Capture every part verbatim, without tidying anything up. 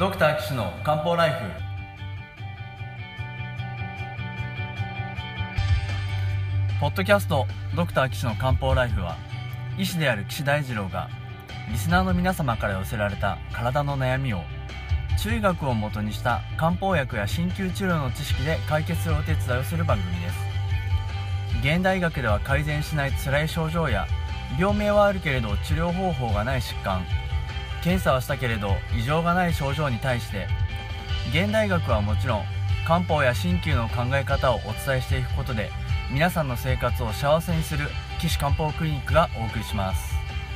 ドクター岸の漢方ライフ。ポッドキャストドクター岸の漢方ライフは、医師である岸大二郎がリスナーの皆様から寄せられた体の悩みを中医学をもとにした漢方薬や鍼灸治療の知識で解決するお手伝いをする番組です。現代医学では改善しない辛い症状や、病名はあるけれど治療方法がない疾患、検査はしたけれど異常がない症状に対して、現代医学はもちろん漢方や鍼灸の考え方をお伝えしていくことで、皆さんの生活を幸せにする岸漢方クリニックがお送りします。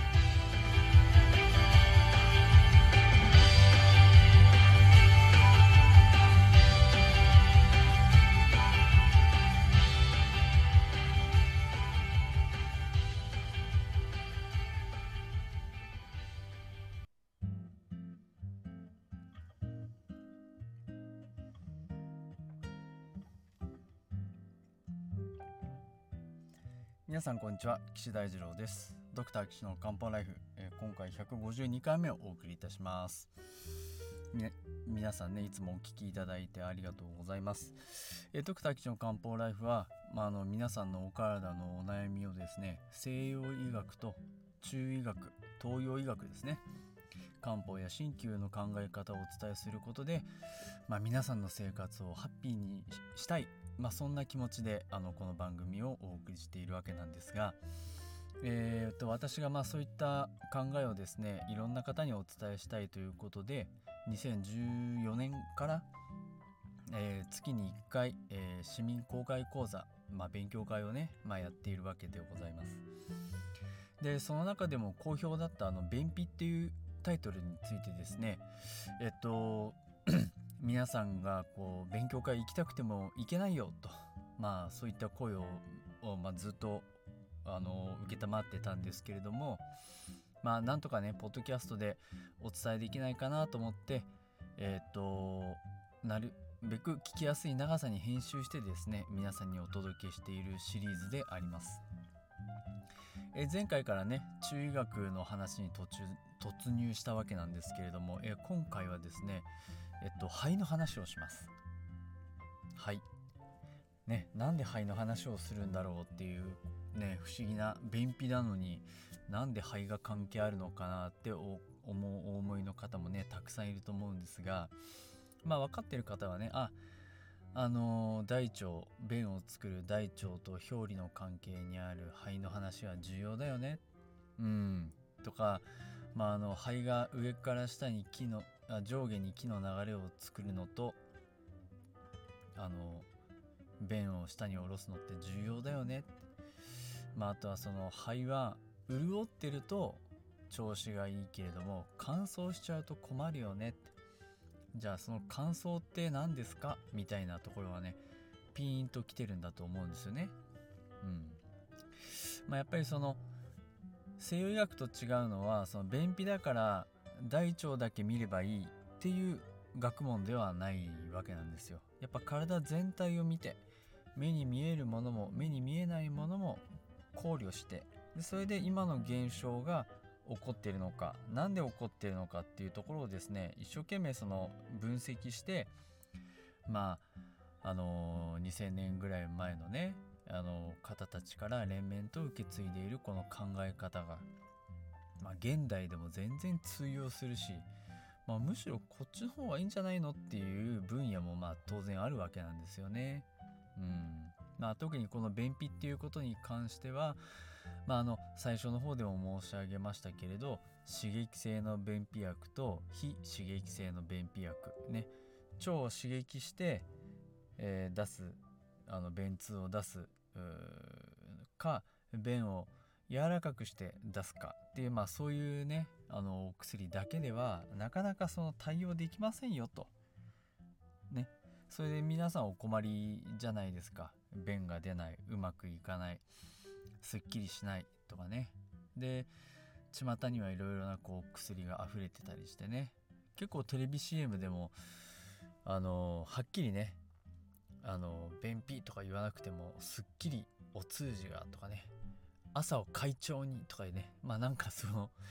皆さんこんにちは、岸大二郎です。ドクター岸の漢方ライフ、えー、今回ひゃくごじゅうにかいめをお送りいたします。み皆さんね、いつもお聞きいただいてありがとうございます。えー、ドクター岸の漢方ライフは、まあ、あの皆さんのお体のお悩みをですね、西洋医学と中医学、東洋医学ですね、漢方や鍼灸の考え方をお伝えすることで、まあ、皆さんの生活をハッピーにしたい、まあ、そんな気持ちであのこの番組をお送りしているわけなんですが、えー、と私がまあそういった考えをですね、いろんな方にお伝えしたいということで、にせんじゅうよねんから、えー、月にいっかい、えー、市民公開講座、まあ、勉強会をね、まあ、やっているわけでございます。でその中でも好評だったあの便秘っていうタイトルについてですね、えっと皆さんがこう勉強会行きたくても行けないよと、まあそういった声を、まあ、ずっとあの受けたまってたんですけれども、まあなんとかねポッドキャストでお伝えできないかなと思って、えっとなるべく聞きやすい長さに編集してですね、皆さんにお届けしているシリーズであります。え前回からね中医学の話に途中突入したわけなんですけれども、え今回はですね、えっと肺の話をします。肺ね、なんで肺の話をするんだろうっていうね、不思議な、便秘なのになんで肺が関係あるのかなって思うお思いの方もねたくさんいると思うんですが、まあ分かってる方はね、ああのー、大腸、便を作る大腸と表裏の関係にある肺の話は重要だよね、うんとか、まあ、あの肺が上から下に木のあ上下に木の流れを作るのと、あの便を下に下ろすのって重要だよね、まあ、あとはその肺は潤ってると調子がいいけれども乾燥しちゃうと困るよね、じゃあその乾燥って何ですかみたいなところはねピーンときてるんだと思うんですよね。うんまあ、やっぱりその西洋医学と違うのは、その便秘だから大腸だけ見ればいいっていう学問ではないわけなんですよ。やっぱ体全体を見て、目に見えるものも目に見えないものも考慮して、でそれで今の現象が起こっているのか、なんで起こっているのかっていうところをですね、一生懸命その分析して、まああのー、にせんねんぐらい前のねあの方たちから連綿と受け継いでいるこの考え方が、まあ、現代でも全然通用するし、まあ、むしろこっちの方がいいんじゃないのっていう分野もまあ当然あるわけなんですよね。うんまあ、特にこの便秘っていうことに関しては、まあ、あの最初の方でも申し上げましたけれど、刺激性の便秘薬と非刺激性の便秘薬ね、腸を刺激して、えー、出すあの便通を出すか、便を柔らかくして出すかっていう、まあそういうねあの薬だけではなかなかその対応できませんよとね。それで皆さんお困りじゃないですか。便が出ない、うまくいかない、すっきりしないとかね。で巷にはいろいろなこう薬が溢れてたりしてね、結構テレビ シーエム でもあのはっきりね、あの便秘とか言わなくてもすっきりお通じがとかね、朝を快調にとかね、まあなんかその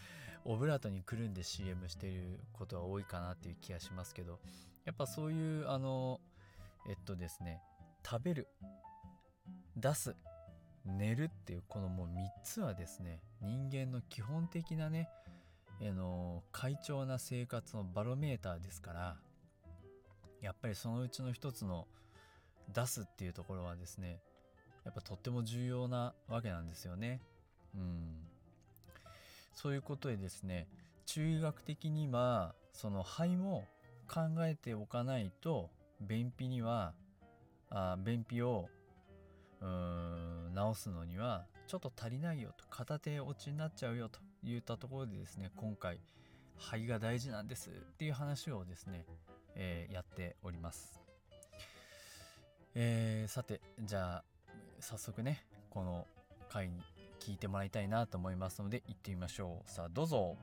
オブラートにくるんで シーエム していることが多いかなっていう気がしますけど、やっぱそういうあのえっとですね食べる、出す、寝るっていうこのもうみっつはですね、人間の基本的なね、あの快調な生活のバロメーターですから、やっぱりそのうちの一つの出すっていうところはですね、やっぱとっても重要なわけなんですよね。うん、そういうことでですね、中医学的にはその肺も考えておかないと、便秘にはあ便秘をうーん治すのにはちょっと足りないよと、片手落ちになっちゃうよといったところでですね、今回肺が大事なんですっていう話をですね、えー、やっております。えー、さてじゃあ早速ねこの回に聞いてもらいたいなと思いますので、行ってみましょう。さあどうぞ。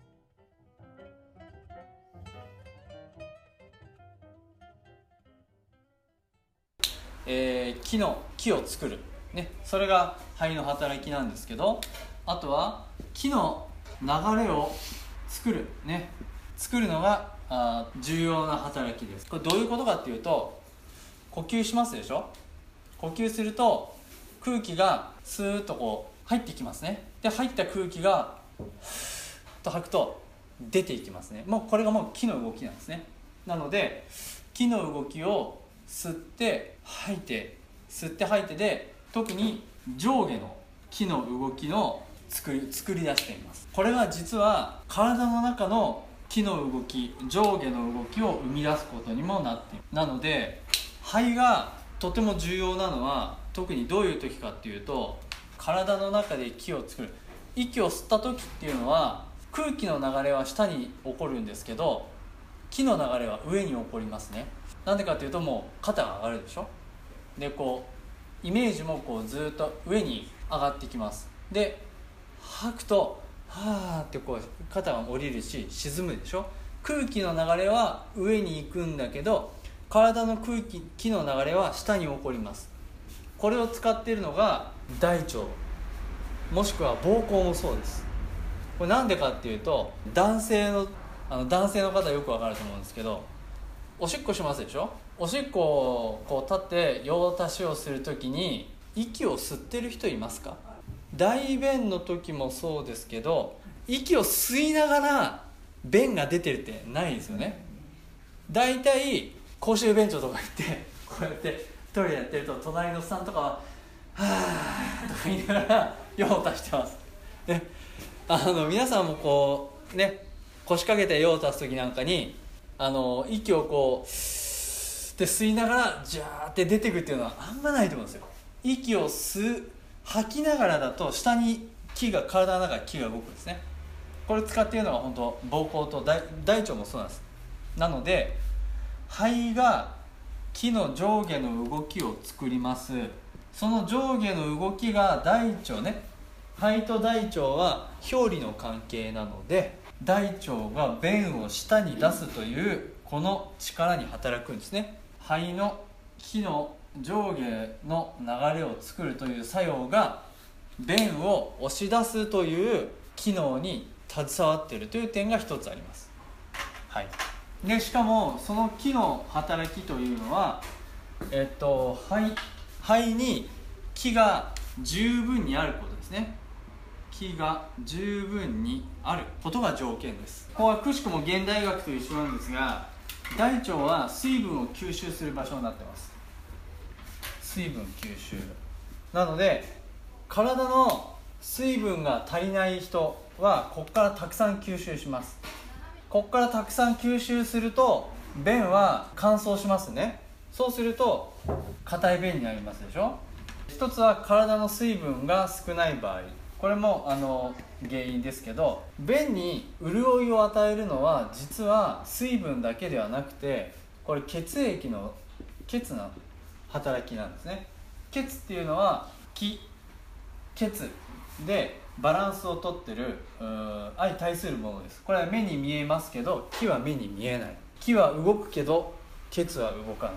えー、木の木を作る、ね、それが肺の働きなんですけど、あとは木の流れを作る、ね、作るのがあ重要な働きです。これどういうことかっていうと、呼吸しますでしょ。呼吸すると空気がスーッとこう入ってきますね。で入った空気がふーっと吐くと出ていきますね。もうこれがもう木の動きなんですね。なので木の動きを吸って吐いて吸って吐いてで、特に上下の木の動きの作り作り出しています。これが実は体の中の木の動き、上下の動きを生み出すことにもなっている。なので肺がとても重要なのは、特にどういう時かっていうと、体の中で木を作る、息を吸った時っていうのは空気の流れは下に起こるんですけど、木の流れは上に起こりますね。なんでかっていうと、もう肩が上がるでしょ。でこうイメージもこうずっと上に上がってきます。で吐くとはーってこう肩が下りるし沈むでしょ。空気の流れは上に行くんだけど、体の空気気の流れは下に起こります。これを使っているのが大腸、もしくは膀胱もそうです。これなんでかっていうと、男性のあの男性の方よくわかると思うんですけど、おしっこしますでしょ。おしっこをこう立って用足しをするときに息を吸ってる人いますか？大便の時もそうですけど、息を吸いながら便が出てるってないですよね。だいたい公衆便所とか行ってこうやってトイレやってると、隣のおっさんとかははぁとか言いながら用を足してます。であの皆さんもこうね、腰掛けて用を足す時なんかにあの息をこうって吸いながらジャーって出てくっていうのはあんまないと思うんですよ。息を吸う吐きながらだと下に気が、体の中で気が動くんですね。これ使っているのは本当膀胱と 大, 大腸もそうなんです。なので肺が気の上下の動きを作ります。その上下の動きが大腸ね、肺と大腸は表裏の関係なので、大腸が便を下に出すというこの力に働くんですね。肺の気の上下の流れを作るという作用が便を押し出すという機能に携わっているという点が一つあります。はい。でしかもその気の働きというのは、えっと肺肺に気が十分にあることですね。気が十分にあることが条件です。ここはくしくも現代学と一緒なんですが、大腸は水分を吸収する場所になっています。水分吸収なので、体の水分が足りない人はここからたくさん吸収します。ここからたくさん吸収すると便は乾燥しますね。そうすると硬い便になりますでしょ。一つは体の水分が少ない場合、これもあの原因ですけど、便に潤いを与えるのは実は水分だけではなくて、これ血液の血の働きなんですね。血っていうのは気血でバランスをとってる相対するものです。これは目に見えますけど、気は目に見えない。気は動くけど血は動かない。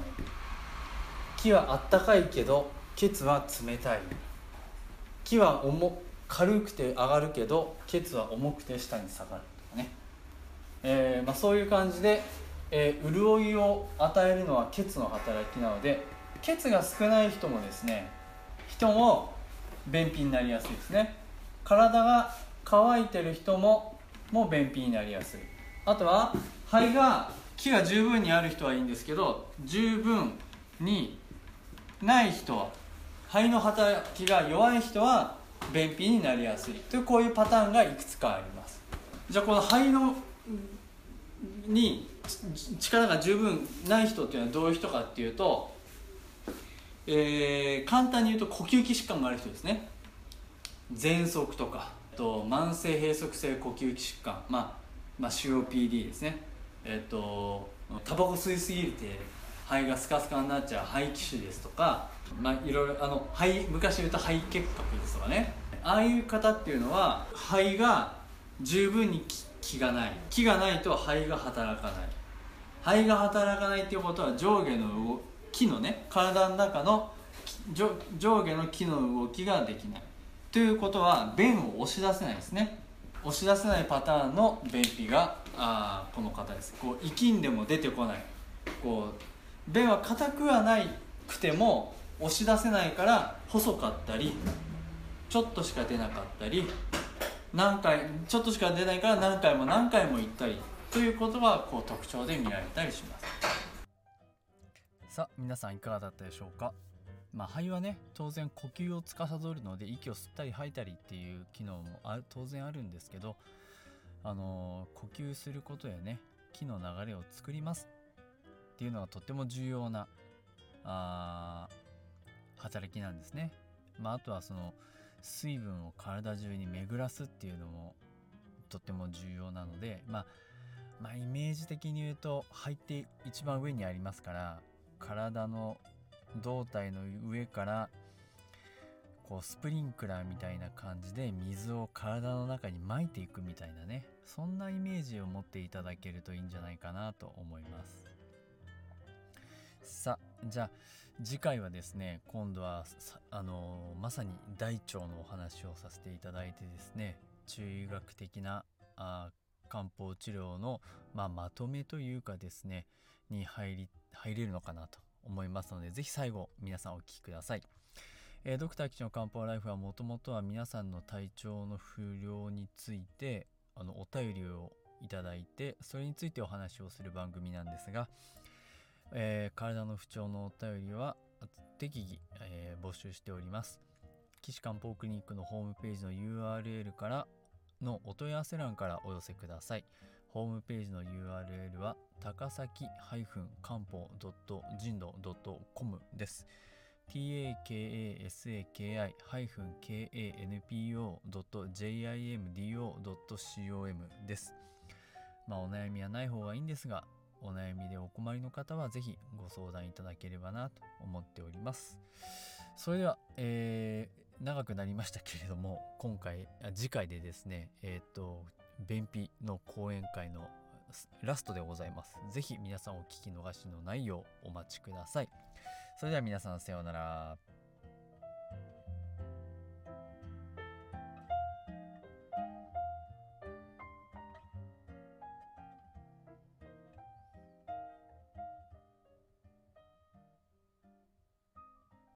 気はあったかいけど血は冷たい。気は重軽くて上がるけどケツは重くて下に下がるとかね、えーまあ、そういう感じで、えー、潤いを与えるのはケツの働きなので、ケツが少ない人もですね人も便秘になりやすいですね。体が乾いてる人ももう便秘になりやすい。あとは肺が気が十分にある人はいいんですけど、十分にない人は、肺の働きが弱い人は便秘になりやすいという、こういうパターンがいくつかあります。じゃあこの肺のに力が十分ない人っていうのはどういう人かっていうと、えー、簡単に言うと呼吸器疾患がある人ですね。喘息とかと慢性閉塞性呼吸器疾患、まあ、まあ シーオーピーディー ですね。えっ、ー、とタバコ吸いすぎて肺がスカスカになっちゃう肺気腫ですとか、まあ、いろいろあの肺昔言うと肺結核ですとかね、ああいう方っていうのは肺が十分に気がない気がないと肺が働かない。肺が働かないっていうことは上下の気のね、体の中の上下の気の動きができないということは便を押し出せないですね。押し出せないパターンの便秘があこの方です。こう息んでも出てこない、こう便は硬くはないくても押し出せないから細かったり、ちょっとしか出なかったり、何回ちょっとしか出ないから何回も何回も行ったりということがこう特徴で見られたりします。さあ皆さんいかがだったでしょうか。まあ、肺はね当然呼吸を司るので息を吸ったり吐いたりっていう機能もあ当然あるんですけど、あのー、呼吸することでね気の流れを作りますっていうのがとっても重要なあ働きなんですね。まあ、あとはその水分を体中に巡らすっていうのもとっても重要なので、まあ、まあイメージ的に言うと肺って一番上にありますから、体の胴体の上からこうスプリンクラーみたいな感じで水を体の中に撒いていくみたいなね、そんなイメージを持っていただけるといいんじゃないかなと思います。さあじゃあ次回はですね、今度はあのまさに大腸のお話をさせていただいてですね、中医学的なあ漢方治療の、まあ、まとめというかですねに入り入れるのかなと思いますので、ぜひ最後皆さんお聞きください。えー、ドクター吉の漢方ライフはもともとは皆さんの体調の不良についてあのお便りをいただいて、それについてお話をする番組なんですが、えー、体の不調のお便りは適宜、えー、募集しております。岸漢方クリニックのホームページの ユーアールエル からのお問い合わせ欄からお寄せください。ホームページの ユーアールエル は高崎漢方 .人道 .com です。タカサキ-kanpo.jimdo.com です。まあお悩みはない方がいいんですが、お悩みでお困りの方はぜひご相談いただければなと思っております。それでは、えー、長くなりましたけれども、今回次回でですね、えっと便秘の講演会のラストでございます。ぜひ皆さんお聞き逃しのないようお待ちください。それでは皆さんさようなら。